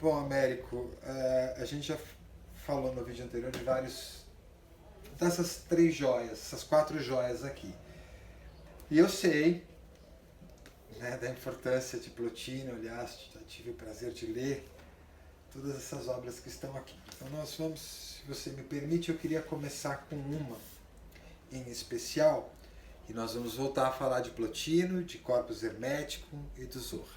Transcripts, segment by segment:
Bom, Américo, a gente já falou no vídeo anterior de vários dessas três joias, essas quatro joias aqui. E eu sei, né, da importância de Plotino, aliás, já tive o prazer de ler todas essas obras que estão aqui. Então nós vamos, se você me permite, eu queria começar com uma em especial, e nós vamos voltar a falar de Plotino, de Corpus Hermético e do Zohar.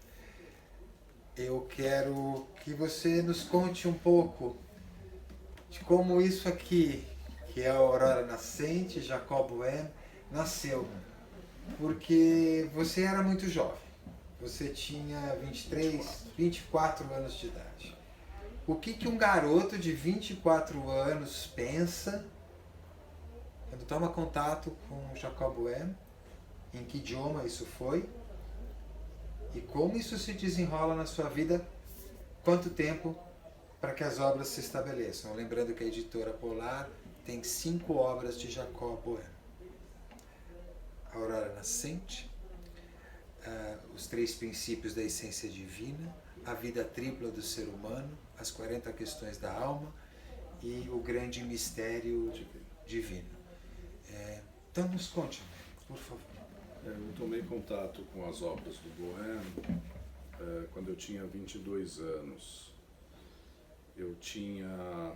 Eu quero que você nos conte um pouco de como isso aqui, que é a Aurora Nascente, Jacob Boehme, nasceu. Porque você era muito jovem. Você tinha 23, 24 anos de idade. O que um garoto de 24 anos pensa quando toma contato com Jacob Boehme? Em que idioma isso foi? E como isso se desenrola na sua vida? Quanto tempo para que as obras se estabeleçam? Lembrando que a editora Polar tem 5 obras de Jacob Boehme. A Aurora Nascente, os 3 princípios da essência divina, a vida tripla do ser humano, as 40 questões da alma e o grande mistério divino. Então nos conte, por favor. Eu tomei contato com as obras do Boehme quando eu tinha 22 anos. Eu tinha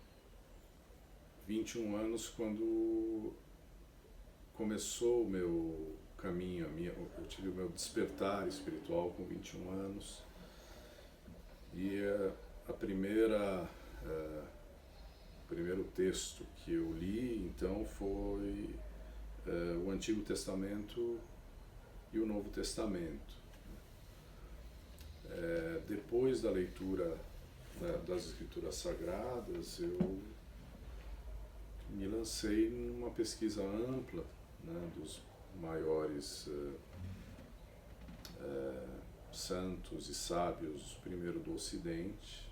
21 anos quando começou o meu caminho, eu tive o meu despertar espiritual com 21 anos. E o primeiro texto que eu li, então, foi o Antigo Testamento e o Novo Testamento. Depois da leitura das Escrituras Sagradas, eu me lancei numa pesquisa ampla, né, dos maiores santos e sábios, primeiro do Ocidente.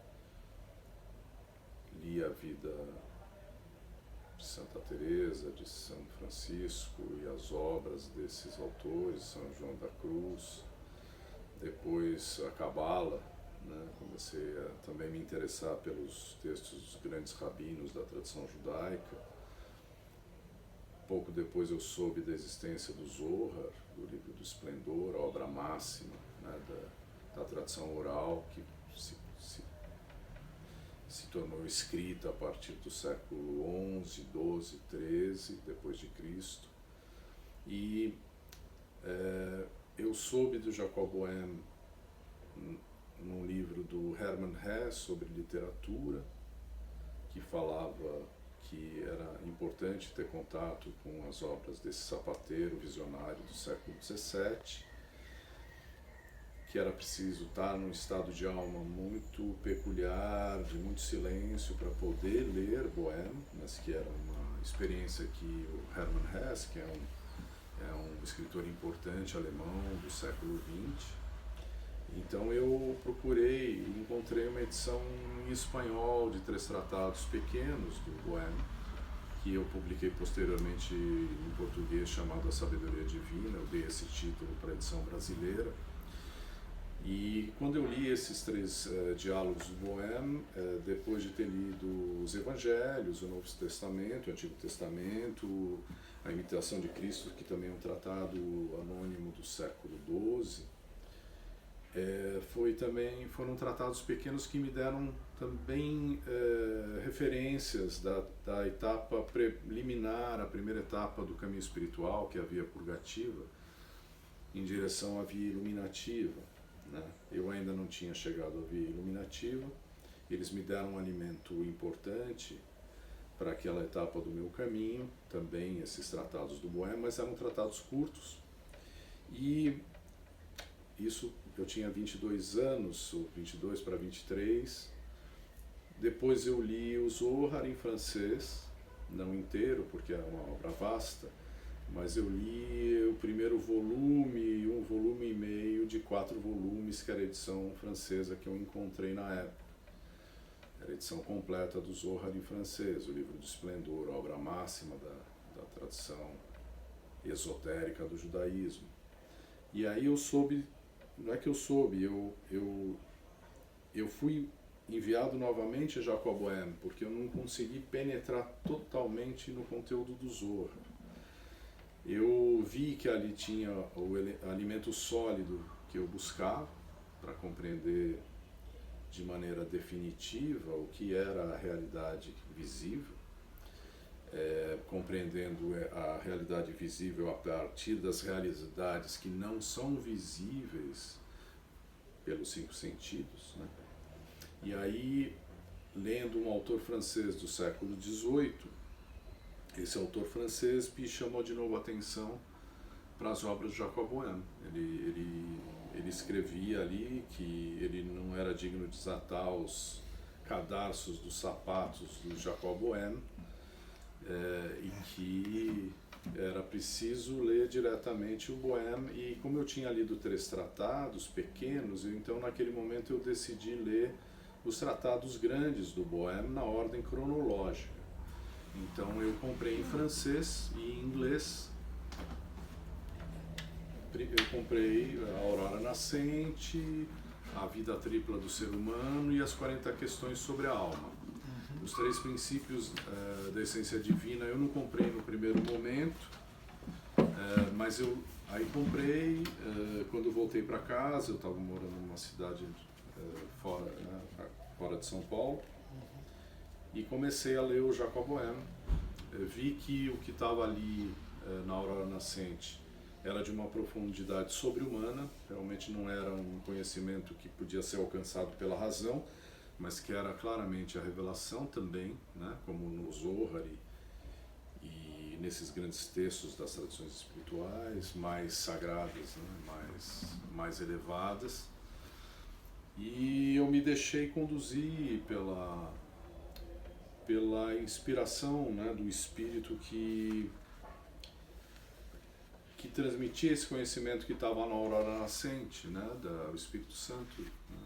Li a vida de Santa Teresa, de São Francisco e as obras desses autores, São João da Cruz. Depois a Cabala, né? Comecei a também me interessar pelos textos dos grandes rabinos da tradição judaica. Pouco depois eu soube da existência do Zohar, do Livro do Esplendor, a obra máxima, né, da tradição oral, que se tornou escrita a partir do século XI, XII, XIII, depois de Cristo. E eu soube do Jacob Boehme num livro do Hermann Hesse sobre literatura, que falava que era importante ter contato com as obras desse sapateiro visionário do século XVII, que era preciso estar num estado de alma muito peculiar, de muito silêncio, para poder ler Boehme, mas que era uma experiência que o Hermann Hesse, que é um escritor importante alemão do século XX, então eu procurei e encontrei uma edição em espanhol de 3 tratados pequenos do Boehme, que eu publiquei posteriormente em português, chamado A Sabedoria Divina. Eu dei esse título para a edição brasileira. E quando eu li esses 3 diálogos do Boehme, depois de ter lido os Evangelhos, o Novo Testamento, o Antigo Testamento, a Imitação de Cristo, que também é um tratado anônimo do século XII, foram tratados pequenos que me deram também referências da etapa preliminar, a primeira etapa do caminho espiritual, que é a via purgativa, em direção à via iluminativa, né? Eu ainda não tinha chegado à via iluminativa. Eles me deram um alimento importante para aquela etapa do meu caminho, também esses tratados do Boehme, mas eram tratados curtos. E isso eu tinha 22 anos, 22 para 23. Depois eu li o Zohar em francês, não inteiro, porque é uma obra vasta, mas eu li o primeiro volume e 1,5 volume de 4 volumes, que era a edição francesa que eu encontrei na época. Era a edição completa do Zohar em francês, o Livro do Esplendor, a obra máxima da tradição esotérica do judaísmo. E aí eu soube, não é que eu soube, eu eu fui enviado novamente a Jacob Boehme, porque eu não consegui penetrar totalmente no conteúdo do Zohar. Eu vi que ali tinha o alimento sólido que eu buscava para compreender de maneira definitiva o que era a realidade visível, compreendendo a realidade visível a partir das realidades que não são visíveis pelos 5 sentidos, né? E aí, lendo um autor francês do século XVIII, esse autor francês me chamou de novo a atenção para as obras de Jacob Boehme. Ele escrevia ali que ele não era digno de desatar os cadarços dos sapatos do Jacob Boehme, e que era preciso ler diretamente o Boehme. E como eu tinha lido 3 tratados pequenos, então naquele momento eu decidi ler os tratados grandes do Boehme na ordem cronológica. Então eu comprei em francês e em inglês. Eu comprei a Aurora Nascente, a Vida Tripla do Ser Humano e as 40 Questões sobre a Alma. Os 3 princípios da essência divina eu não comprei no primeiro momento, mas eu aí comprei quando eu voltei para casa. Eu estava morando numa cidade fora de São Paulo, e comecei a ler o Jacob Boehme. Vi que o que estava ali na Aurora Nascente era de uma profundidade sobre-humana, realmente não era um conhecimento que podia ser alcançado pela razão, mas que era claramente a revelação também, né? Como no Zohar e nesses grandes textos das tradições espirituais mais sagradas, né? mais elevadas. E eu me deixei conduzir pela inspiração, né, do Espírito que transmitia esse conhecimento que estava na Aurora Nascente, né, do Espírito Santo. Né?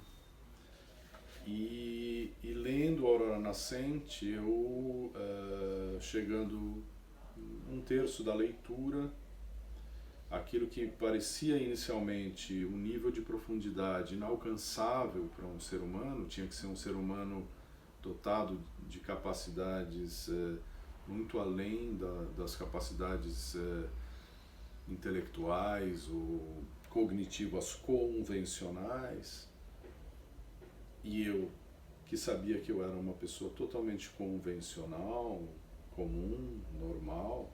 E lendo a Aurora Nascente, eu, chegando 1/3 da leitura, aquilo que parecia inicialmente um nível de profundidade inalcançável para um ser humano, tinha que ser um ser humano dotado de capacidades muito além das capacidades intelectuais ou cognitivas convencionais, e eu, que sabia que eu era uma pessoa totalmente convencional, comum, normal,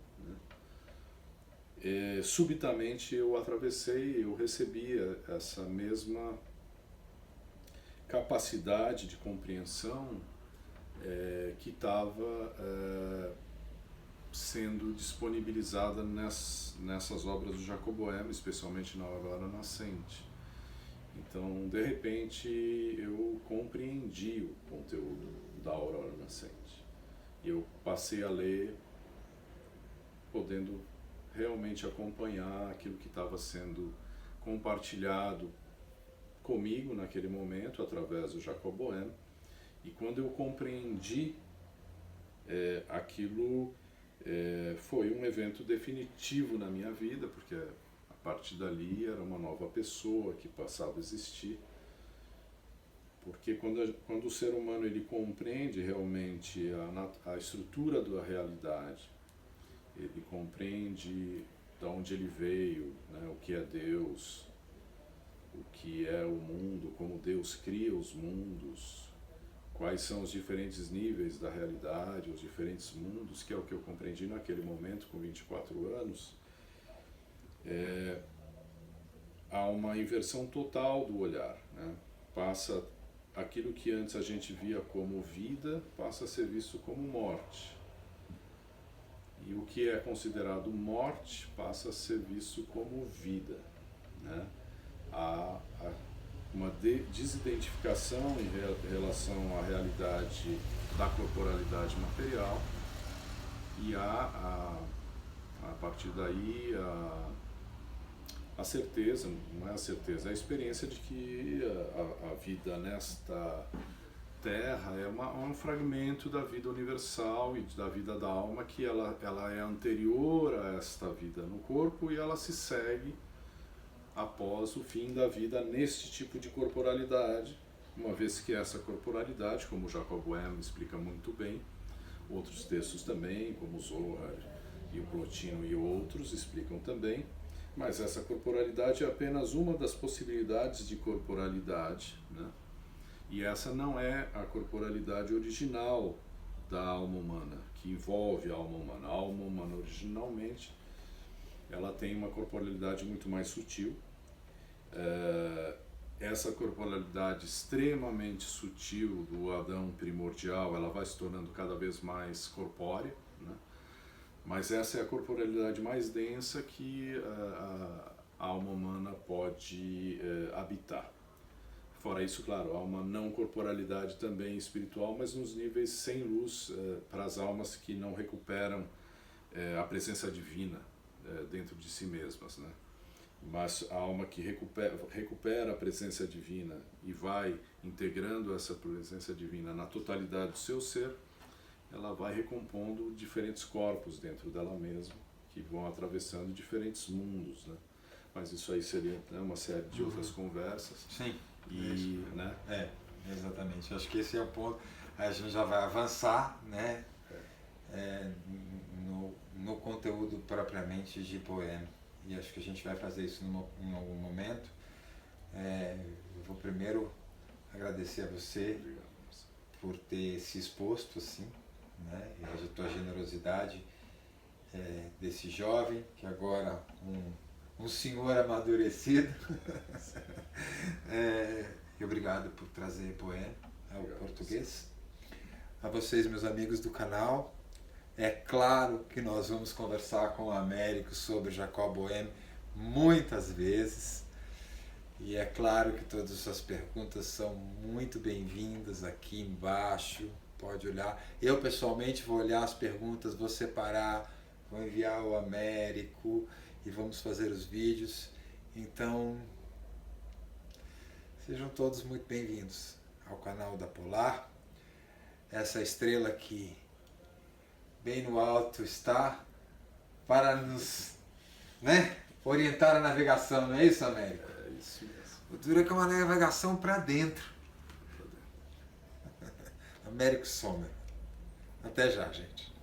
né? Subitamente eu eu recebi essa mesma capacidade de compreensão que estava sendo disponibilizada nessas obras do Jacob Boehme, especialmente na Aurora Nascente. Então, de repente, eu compreendi o conteúdo da Aurora Nascente. Eu passei a ler, podendo realmente acompanhar aquilo que estava sendo compartilhado comigo naquele momento, através do Jacob Boehme. E quando eu compreendi aquilo, foi um evento definitivo na minha vida, porque a partir dali era uma nova pessoa que passava a existir. Porque quando o ser humano ele compreende realmente a estrutura da realidade, ele compreende de onde ele veio, né, o que é Deus, o que é o mundo, como Deus cria os mundos, quais são os diferentes níveis da realidade, os diferentes mundos, que é o que eu compreendi naquele momento com 24 anos. Há uma inversão total do olhar, né? Passa aquilo que antes a gente via como vida, passa a ser visto como morte. E o que é considerado morte passa a ser visto como vida, né? Há uma desidentificação em relação à realidade da corporalidade material, e há, a partir daí, a certeza, não é a certeza, é a experiência de que a vida nesta Terra é um fragmento da vida universal e da vida da alma, que ela é anterior a esta vida no corpo, e ela se segue após o fim da vida neste tipo de corporalidade, uma vez que essa corporalidade, como Jacob Boehme explica muito bem, outros textos também, como Zohar e o Plotino e outros explicam também, mas essa corporalidade é apenas uma das possibilidades de corporalidade, né? E essa não é a corporalidade original da alma humana, que envolve a alma humana. A alma humana originalmente ela tem uma corporalidade muito mais sutil. Essa corporalidade extremamente sutil do Adão primordial, ela vai se tornando cada vez mais corpórea, né? Mas essa é a corporalidade mais densa que a alma humana pode habitar. Fora isso, claro, há uma não corporalidade também espiritual, mas nos níveis sem luz, para as almas que não recuperam a presença divina dentro de si mesmas, né? Mas a alma que recupera a presença divina e vai integrando essa presença divina na totalidade do seu ser, ela vai recompondo diferentes corpos dentro dela mesma, que vão atravessando diferentes mundos, né? Mas isso aí seria, né, uma série de outras conversas. Sim. E, né? Exatamente. Acho que esse é o ponto. A gente já vai avançar, né? No conteúdo propriamente de Boehme. E acho que a gente vai fazer isso em algum momento. Eu vou primeiro agradecer a você por ter se exposto assim, né? E a tua generosidade desse jovem, que agora um senhor amadurecido. E obrigado por trazer Boehme ao português. A vocês, meus amigos do canal, é claro que nós vamos conversar com o Américo sobre Jacob Boehme muitas vezes. E é claro que todas as suas perguntas são muito bem-vindas aqui embaixo. Pode olhar. Eu, pessoalmente, vou olhar as perguntas, vou separar, vou enviar ao Américo e vamos fazer os vídeos. Então, sejam todos muito bem-vindos ao canal da Polar. Essa estrela que bem no alto está para nos, né, orientar a navegação, não é isso, Américo? É isso mesmo. O duro é que é uma navegação para dentro. Américo Sommer. Até já, gente.